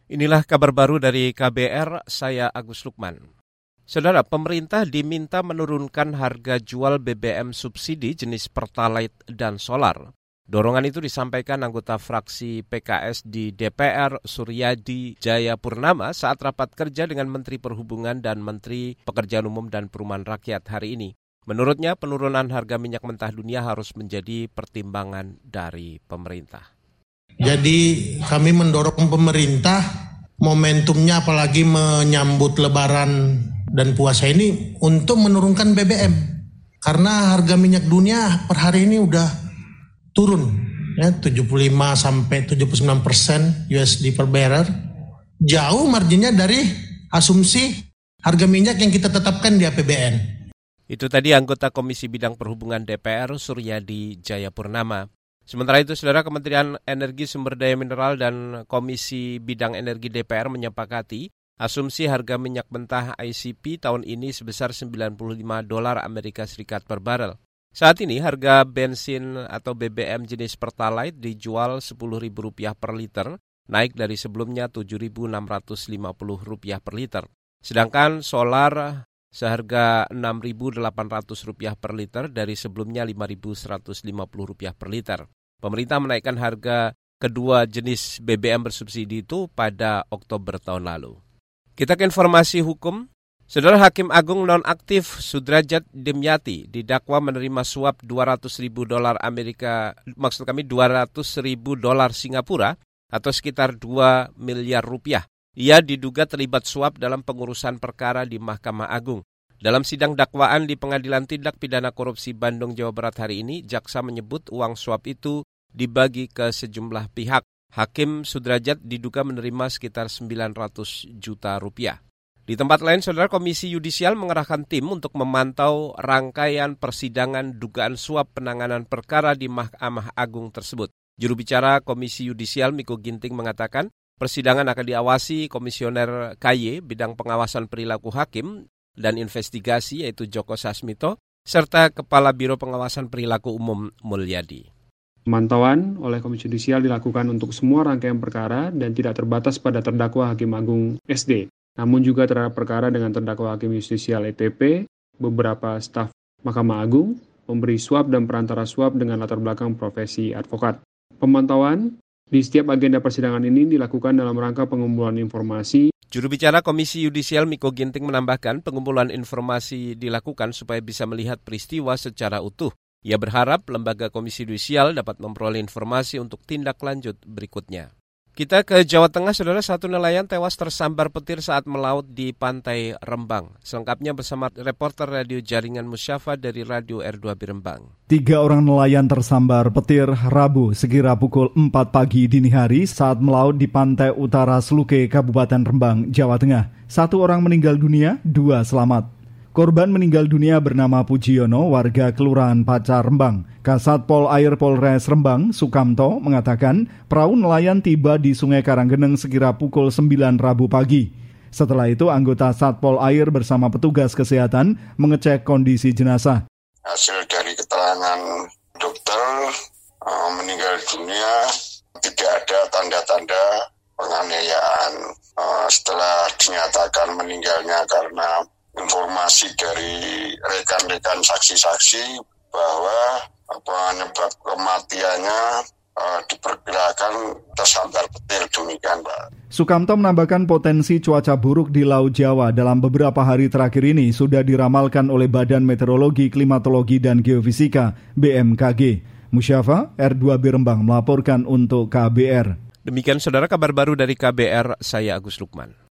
Inilah kabar baru dari KBR, saya Agus Lukman. Saudara, pemerintah diminta menurunkan harga jual BBM subsidi jenis Pertalite dan solar. Dorongan itu disampaikan anggota fraksi PKS di DPR Suryadi Jayapurnama saat rapat kerja dengan Menteri Perhubungan dan Menteri Pekerjaan Umum dan Perumahan Rakyat hari ini. Menurutnya, penurunan harga minyak mentah dunia harus menjadi pertimbangan dari pemerintah. Jadi kami mendorong pemerintah momentumnya apalagi menyambut Lebaran dan puasa ini untuk menurunkan BBM. Karena harga minyak dunia per hari ini udah turun ya 75 sampai 79% USD per barrel. Jauh marginnya dari asumsi harga minyak yang kita tetapkan di APBN. Itu tadi anggota Komisi Bidang Perhubungan DPR Suryadi Jayapurnama. Sementara itu, Saudara, Kementerian Energi Sumber Daya Mineral dan Komisi Bidang Energi DPR menyepakati asumsi harga minyak mentah ICP tahun ini sebesar $95 Amerika Serikat per barel. Saat ini harga bensin atau BBM jenis Pertalite dijual Rp10.000 per liter, naik dari sebelumnya Rp7.650 per liter. Sedangkan solar seharga Rp6.800 per liter dari sebelumnya Rp5.150 per liter. Pemerintah menaikkan harga kedua jenis BBM bersubsidi itu pada Oktober tahun lalu. Kita ke informasi hukum. Saudara, Hakim Agung nonaktif Sudrajat Dimyati didakwa menerima suap $200.000 Singapura atau sekitar 2 miliar rupiah. Ia diduga terlibat suap dalam pengurusan perkara di Mahkamah Agung. Dalam sidang dakwaan di Pengadilan Tindak Pidana Korupsi Bandung, Jawa Barat hari ini, jaksa menyebut uang suap itu dibagi ke sejumlah pihak. Hakim Sudrajat diduga menerima sekitar 900 juta rupiah. Di tempat lain, Saudara, Komisi Yudisial mengerahkan tim untuk memantau rangkaian persidangan dugaan suap penanganan perkara di Mahkamah Agung tersebut. Juru bicara Komisi Yudisial Miko Ginting mengatakan, persidangan akan diawasi Komisioner KY Bidang Pengawasan Perilaku Hakim dan Investigasi yaitu Joko Sasmito, serta Kepala Biro Pengawasan Perilaku Umum Mulyadi. Pemantauan oleh Komisi Yudisial dilakukan untuk semua rangkaian perkara dan tidak terbatas pada terdakwa Hakim Agung SD, namun juga terhadap perkara dengan terdakwa Hakim Yudisial ETP, beberapa staf Mahkamah Agung, pemberi suap dan perantara suap dengan latar belakang profesi advokat. Pemantauan di setiap agenda persidangan ini dilakukan dalam rangka pengumpulan informasi. Juru bicara Komisi Yudisial Miko Ginting menambahkan pengumpulan informasi dilakukan supaya bisa melihat peristiwa secara utuh. Ia berharap lembaga Komisi Yudisial dapat memperoleh informasi untuk tindak lanjut berikutnya. Kita ke Jawa Tengah, Saudara. Satu nelayan tewas tersambar petir saat melaut di pantai Rembang. Selengkapnya bersama reporter radio jaringan Musyafa dari Radio R2B Rembang. 3 orang nelayan tersambar petir Rabu sekira pukul 4 pagi dini hari saat melaut di pantai utara Sluke, Kabupaten Rembang, Jawa Tengah. 1 orang meninggal dunia, 2 selamat. Korban meninggal dunia bernama Pujiono, warga Kelurahan Pacar Rembang. Kasat Pol Air Polres Rembang, Sukamto, mengatakan perahu nelayan tiba di Sungai Karanggeneng sekira pukul 9 Rabu pagi. Setelah itu, anggota Satpol Air bersama petugas kesehatan mengecek kondisi jenazah. Hasil dari keterangan dokter, meninggal dunia, tidak ada tanda-tanda penganiayaan. Setelah dinyatakan meninggalnya karena informasi dari rekan-rekan saksi-saksi bahwa penyebab kematiannya diperkirakan tersambar petir, demikian, Pak. Sukamto menambahkan potensi cuaca buruk di Laut Jawa dalam beberapa hari terakhir ini sudah diramalkan oleh Badan Meteorologi, Klimatologi, dan Geofisika BMKG. Musyafa, R2B Rembang melaporkan untuk KBR. Demikian, Saudara, kabar baru dari KBR, saya Agus Lukman.